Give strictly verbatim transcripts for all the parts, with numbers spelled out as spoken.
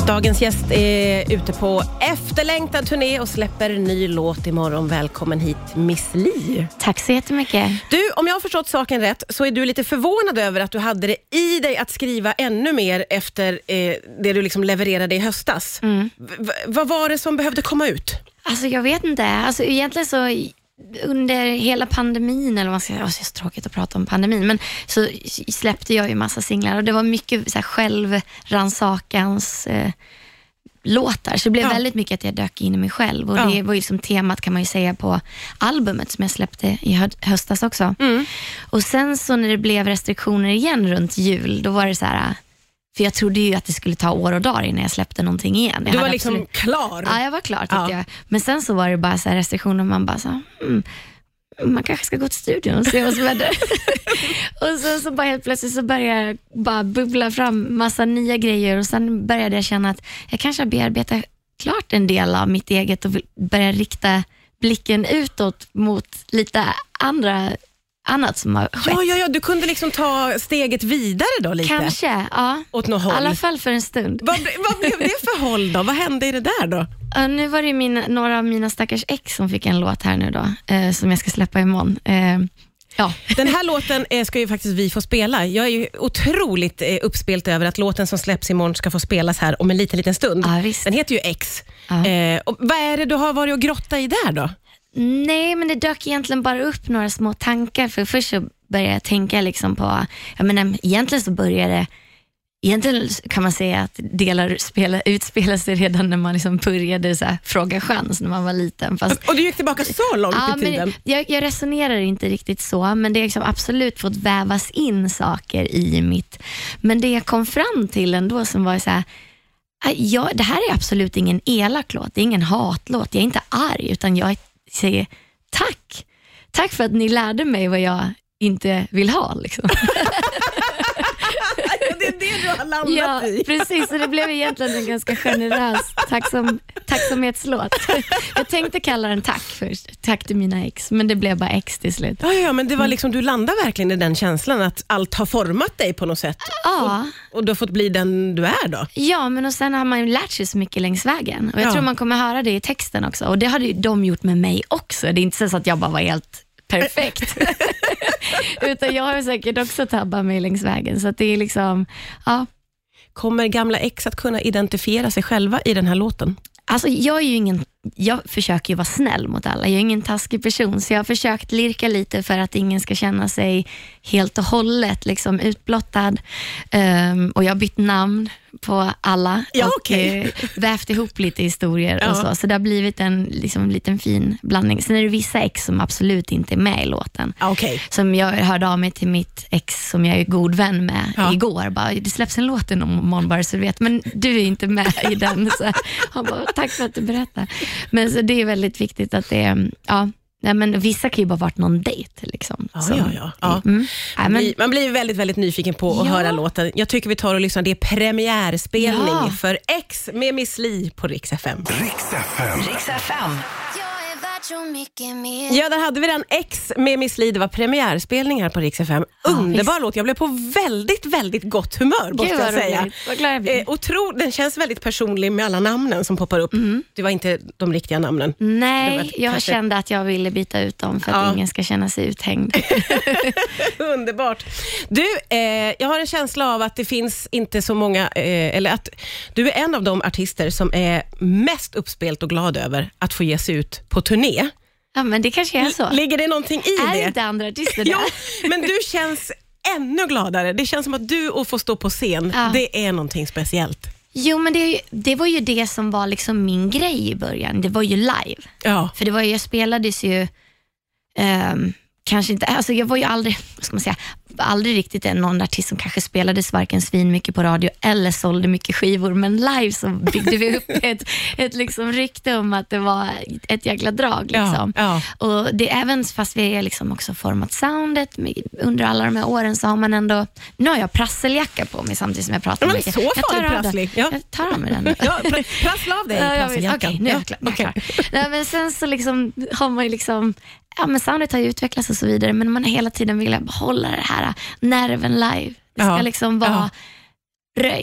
Dagens gäst är ute på efterlängtad turné och släpper en ny låt imorgon. Välkommen hit, Miss Li. Tack så jättemycket. Du, om jag har förstått saken rätt så är du lite förvånad över att du hade det i dig att skriva ännu mer efter eh, det du liksom levererade i höstas. Mm. V- vad var det som behövde komma ut? Alltså jag vet inte. Alltså egentligen så under hela pandemin, eller vad man ska säga, det är så tråkigt att prata om pandemin, men så släppte jag ju massa singlar och det var mycket så här självransakans eh, låtar, så det blev ja. väldigt mycket att jag dök in i mig själv och ja. det var ju som temat, kan man ju säga, på albumet som jag släppte i hö- höstas också. Mm. Och sen så när det blev restriktioner igen runt jul, då var det så här, för jag trodde ju att det skulle ta år och dagar innan jag släppte någonting igen. Jag du var liksom absolut... klar? Ja, jag var klar tyckte ja. jag. Men sen så var det bara så här restriktioner, man bara så hmm, man kanske ska gå till studion och se vad som händer. Och sen så bara helt plötsligt så började jag bara bubbla fram massa nya grejer och sen började jag känna att jag kanske har bearbetat klart en del av mitt eget och börja rikta blicken utåt mot lite andra annat som har skett. Ja, ja, ja, du kunde liksom ta steget vidare då lite. Kanske, ja. Åt något håll. I alla fall för en stund. Vad, vad blev det för håll då? Vad hände i det där då? Uh, nu var det min, några av mina stackars ex som fick en låt här nu då, uh, som jag ska släppa imorgon. Uh, ja. Den här låten eh, ska ju faktiskt vi få spela. Jag är ju otroligt eh, uppspelt över att låten som släpps imorgon ska få spelas här om en liten, liten stund. Uh, visst. Den heter ju X. Uh. Eh, och vad är det du har varit och grotta i där då? Nej, men det dök egentligen bara upp några små tankar. För först så började jag tänka liksom på, jag menar, egentligen så började egentligen kan man säga att delar spela, utspela sig redan när man liksom började så här, fråga chans när man var liten. Fast, och du gick tillbaka så långt ja, i tiden? Men jag, jag resonerar inte riktigt så, men det är liksom absolut fått vävas in saker i mitt. Men det jag kom fram till ändå som var så här, ja, det här är absolut ingen elak låt, det är ingen hatlåt, jag är inte arg, utan jag säger tack. Tack för att ni lärde mig vad jag inte vill ha liksom. Det är det du har landat ja, i. Precis, så det blev egentligen en ganska generös tacksom, tacksamhetslåt. Jag tänkte kalla den tack först. Tack till mina ex, men det blev bara ex till slut. Ja, ja, men det var liksom, du landade verkligen i den känslan att allt har format dig på något sätt. Ja. Och, och du har fått bli den du är då. Ja, men och sen har man ju lärt sig så mycket längs vägen. Och jag ja. tror man kommer höra det i texten också. Och det hade ju de gjort med mig också. Det är inte så att jag bara var helt perfekt. Utan jag har säkert också tabbat mig längs vägen. Så att det är liksom, ja. Kommer gamla ex att kunna identifiera sig själva i den här låten? Alltså jag är ju ingen, jag försöker ju vara snäll mot alla. Jag är ingen taskig person, så jag har försökt lirka lite för att ingen ska känna sig helt och hållet liksom utblottad. Um, och jag har bytt namn på alla ja, och okay. uh, vävt ihop lite historier ja. och så. Så det har blivit en liksom, liten fin blandning. Sen är det vissa ex som absolut inte är med i låten. Okay. Som jag hörde av mig till mitt ex som jag är god vän med ja. igår. Bara, det släpps en låt om morgon bara så du vet. Men du är inte med i den. Så han bara, tack för att du berättar. Men så det är väldigt viktigt att det är, ja. Nej, men vissa kan ju bara varit någon dejt liksom. Ja, så, ja, ja. ja. Mm. Ja, men, man, blir, man blir väldigt, väldigt nyfiken på att ja. höra låten. Jag tycker vi tar och lyssnar. Det är premiärspelning ja. för X med Miss Li på Rix F M. Rix F M. Rix F M. Ja, där hade vi den, X med Miss Li. Det var premiärspelning här på Rix F M. Underbar ja, låt. Jag blev på väldigt, väldigt gott humör, måste jag säga. Vad glad jag blir. Eh, och tro, den känns väldigt personlig med alla namnen som poppar upp. Mm. Det var inte de riktiga namnen. Nej, jag kanske... kände att jag ville byta ut dem för att ja. ingen ska känna sig uthängd. Underbart. Du, eh, jag har en känsla av att det finns inte så många, eh, eller att du är en av de artister som är mest uppspelt och glad över att få ge sig ut på turné. Ja, men det kanske är så. Ligger det någonting i är det? Är inte andra artister där? Ja, men du känns ännu gladare. Det känns som att du och få stå på scen, ja. det är någonting speciellt. Jo, men det, det var ju det som var liksom min grej i början. Det var ju live. Ja. För det var ju, jag spelades ju um, kanske inte, alltså jag var ju aldrig, vad ska man säga, aldrig riktigt en någon artist som kanske spelades varken svin mycket på radio eller sålde mycket skivor, men live så byggde vi upp ett, ett liksom rykte om att det var ett jäkla drag liksom. Ja, ja. Och det även fast vi har liksom också format soundet under alla de här åren, så har man ändå, nu har jag prasseljacka på mig samtidigt som jag pratar men mycket. Så jag tar farlig prasslig. Ja. Jag tar av mig den. Ja, prassla av dig ja, prasseljackan. Okej, okay, nu är jag klar. Ja, okay. Nej, men sen så liksom har man ju liksom, ja, men soundet har ju utvecklats och så vidare, men man har hela tiden velat behålla det här nerven live. Det ska ja. liksom vara ja. röj.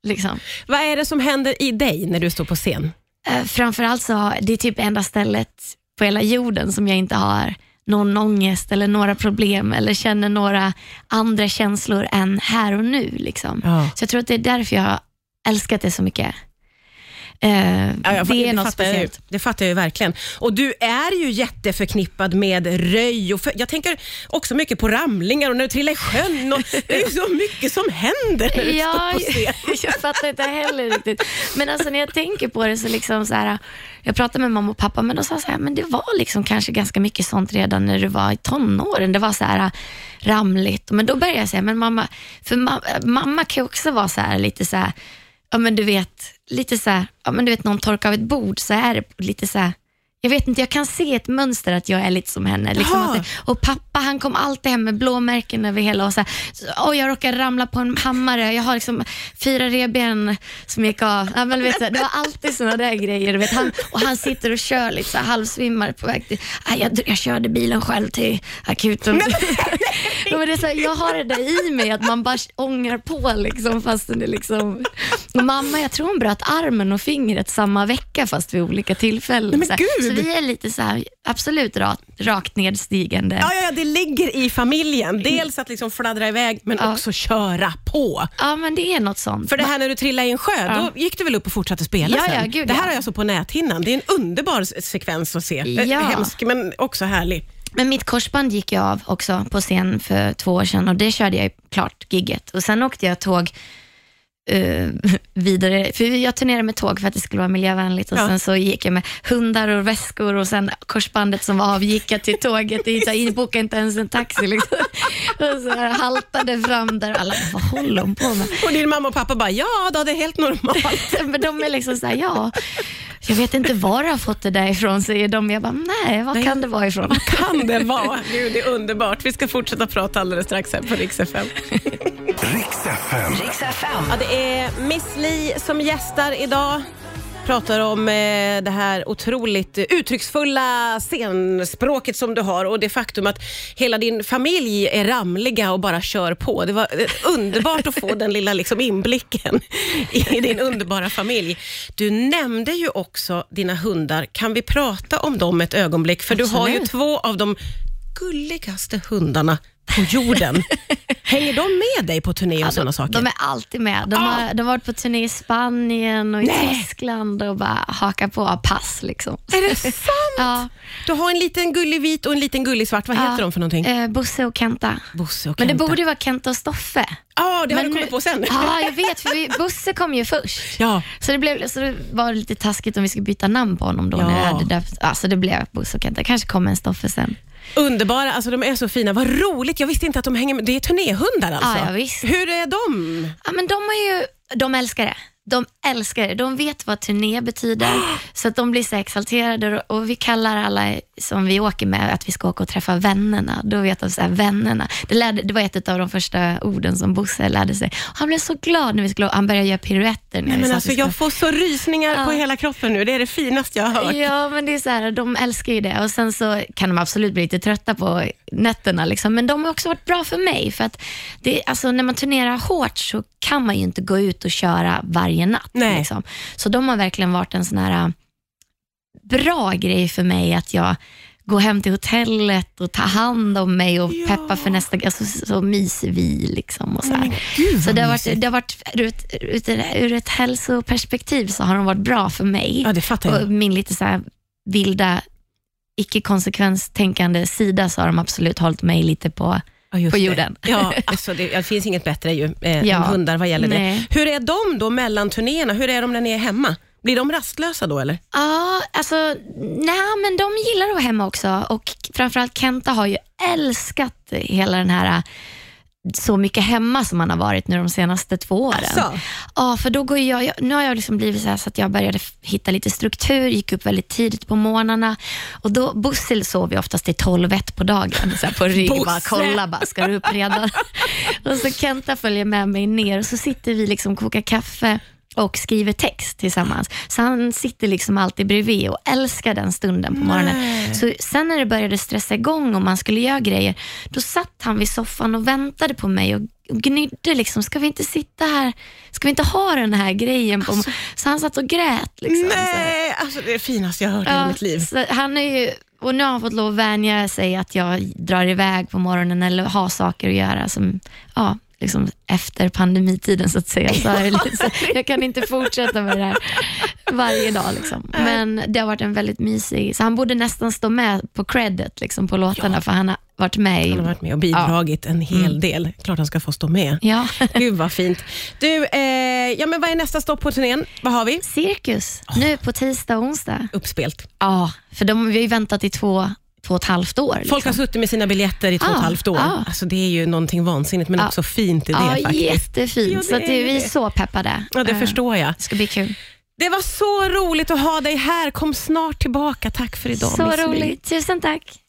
Liksom. Vad är det som händer i dig när du står på scen? Uh, framförallt så har det är typ enda stället på hela jorden som jag inte har någon ångest eller några problem eller känner några andra känslor än här och nu. Liksom. Ja. Så jag tror att det är därför jag har älskat det så mycket. Uh, ja, jag, det är det något fattar jag, speciellt. det fattar jag ju verkligen. Och du är ju jätteförknippad med röj. Och för, jag tänker också mycket på ramlingar och när du trillar i sjön. Och det är ju så mycket som händer när du ja, står på scen. Jag, jag fattar inte heller riktigt. Men alltså när jag tänker på det så liksom så här, jag pratade med mamma och pappa men de sa så här, men det var liksom kanske ganska mycket sånt redan när du var i tonåren. Det var så här ramligt. Men då började jag säga, men mamma, för ma- mamma kan ju också vara så här lite så här, ja men du vet, lite så här, ja men du vet någon torkar av ett bord så är det lite så här, jag vet inte, jag kan se ett mönster att jag är lite som henne. Liksom att det, och pappa han kom alltid hem med blåmärken över hela och så här, så, och jag råkade ramla på en hammare. Jag har liksom fyra revben som gick av. Ja, men, vet, så här, det var alltid såna där grejer. Vet, han, och han sitter och kör lite så här, halvsvimmar på väg till, ah, jag, jag körde bilen själv till akuten. Ja, men det är så här, jag har det där i mig att man bara ångar på liksom, fast det liksom. Och mamma, jag tror hon bröt armen och fingret samma vecka fast vid olika tillfällen. Nej, men gud. Så vi är lite så här, absolut rakt, rakt nedstigande. Ja, ja, det ligger i familjen. Dels att liksom fladdra iväg, men ja. också köra på. Ja, men det är något sånt. För det här när du trillade i en sjö, ja. då gick du väl upp och fortsatte spela ja, sen? ja, gud, det här ja. har jag så på näthinnan. Det är en underbar sekvens att se. Ja. Hemsk, men också härlig. Men mitt korsband gick jag av också på scen för två år sedan och det körde jag klart gigget. Och sen åkte jag tåg Uh, vidare, för jag turnerade med tåg för att det skulle vara miljövänligt och ja. Sen så gick jag med hundar och väskor och sen korsbandet som var av gick jag till tåget och inbokade inte ens en taxi liksom. Och så här, haltade fram där och alla, vad håller de på med? Och din mamma och pappa bara, ja då, det är helt normalt. Men de är liksom så här, ja jag vet inte var du har fått det där ifrån, säger de. Jag bara, nej, vad nej. kan det vara ifrån? Vad kan det vara? Gud, det är underbart. Vi ska fortsätta prata alldeles strax här på Rix F M. Rix F M. Rix F M. Ja, det är Miss Li som gästar idag. Pratar om eh, det här otroligt uttrycksfulla scenspråket som du har och det faktum att hela din familj är ramliga och bara kör på. Det var eh, underbart att få den lilla liksom, inblicken i din underbara familj. Du nämnde ju också dina hundar. Kan vi prata om dem ett ögonblick? För Absolut. Du har ju två av de gulligaste hundarna på jorden. Hänger de med dig på turné och ja, sådana saker? De är alltid med. De, ah. har, de har varit på turné i Spanien och i Nej. Tyskland och bara hakar på pass liksom. Är det sant? Ja. Du har en liten gullig vit och en liten gullig svart. Vad ja. heter de för någonting? Eh, Bosse och Kenta. Bosse och Men Kenta. det borde ju vara Kenta och Stoffe. Ja, ah, det har Men du kommit på sen. Ja, jag vet. För vi, Bosse kom ju först. Ja. Så det, blev, så det var lite taskigt om vi skulle byta namn på honom då. Ja. När vi hade döpt. Alltså det blev Bosse och Kenta. Kanske kommer en Stoffe sen. Underbara, alltså de är så fina. Vad roligt, jag visste inte att de hänger med. Det är turnéhundar alltså. Ja, ja, visst. Hur är de? Ja, men de är ju, de älskar det. De älskar det. De vet vad turné betyder. Så att de blir så exalterade. Och vi kallar alla som vi åker med att vi ska åka och träffa vännerna. Då vet de så här, vännerna. Det, lärde, det var ett av de första orden som Bosse lärde sig. Han blev så glad när vi skulle, han började göra piruetter. Nej, men alltså, jag får så rysningar ja. på hela kroppen nu. Det är det finaste jag har hört. Ja, men det är så här, de älskar ju det. Och sen så kan de absolut bli lite trötta på nätterna. Liksom. Men de har också varit bra för mig. För att det, alltså, när man turnerar hårt så kan man ju inte gå ut och köra varje natt. Liksom. Så de har verkligen varit en sån här bra grej för mig att jag går hem till hotellet och tar hand om mig och ja. peppar för nästa, alltså, så myser vi liksom och så här. Gud, så det har varit, det har varit ur, ett, ur, ett, ur ett hälsoperspektiv så har de varit bra för mig. Ja, det fattar jag. Och min lite så här vilda icke-konsekvenstänkande sida så har de absolut hållit mig lite på Ja, på jorden. Det. Ja, alltså det, det finns inget bättre ju, eh, ja. än hundar vad gäller Nej. det. Hur är de då mellan turnéerna? Hur är de när ni är hemma? Blir de rastlösa då eller? Ja, alltså nej, men de gillar att vara hemma också. Och framförallt Kenta har ju älskat hela den här så mycket hemma som man har varit nu de senaste två åren. Alltså. Ja, för då går jag, nu har jag liksom blivit så här så att jag började hitta lite struktur, gick upp väldigt tidigt på morgnarna och då, Bosse sov vi oftast till tolv ett på dagen så här på rygg, bara kolla, bara, ska du upp redan? Och så Kenta följer med mig ner och så sitter vi liksom och kokar kaffe och skriver text tillsammans. Så han sitter liksom alltid bredvid och älskar den stunden på morgonen. Nej. Så sen när det började stressa igång och man skulle göra grejer, då satt han vid soffan och väntade på mig och gnydde liksom, ska vi inte sitta här, ska vi inte ha den här grejen på alltså, så han satt och grät liksom. Nej, alltså det är det finaste jag har hört ja, i mitt liv. Så han är ju, och nu har han fått lov att vänja sig att jag drar iväg på morgonen eller har saker att göra som, ja, liksom efter pandemitiden så att säga. Så är det lite så, jag kan inte fortsätta med det här varje dag liksom. Men det har varit en väldigt mysig, så han borde nästan stå med på credit liksom på låtarna, ja. För han har varit med i, han har varit med och bidragit ja. en hel mm. del. Klart han ska få stå med. Ja. Gud vad fint. Du, eh, ja men vad är nästa stopp på turnén? Vad har vi? Cirkus, oh. nu på tisdag och onsdag. Uppspelt. Ja, för de, vi har ju väntat i två två och ett halvt år. Liksom. Folk har suttit med sina biljetter i två och ett halvt år. Ah. Alltså det är ju någonting vansinnigt, men ah. också fint i det ah, faktiskt. Jättefint, ja, så att det, vi är så peppade. Ja, det uh, förstår jag. Det ska bli kul. Det var så roligt att ha dig här. Kom snart tillbaka. Tack för idag. Så roligt. Tusen tack.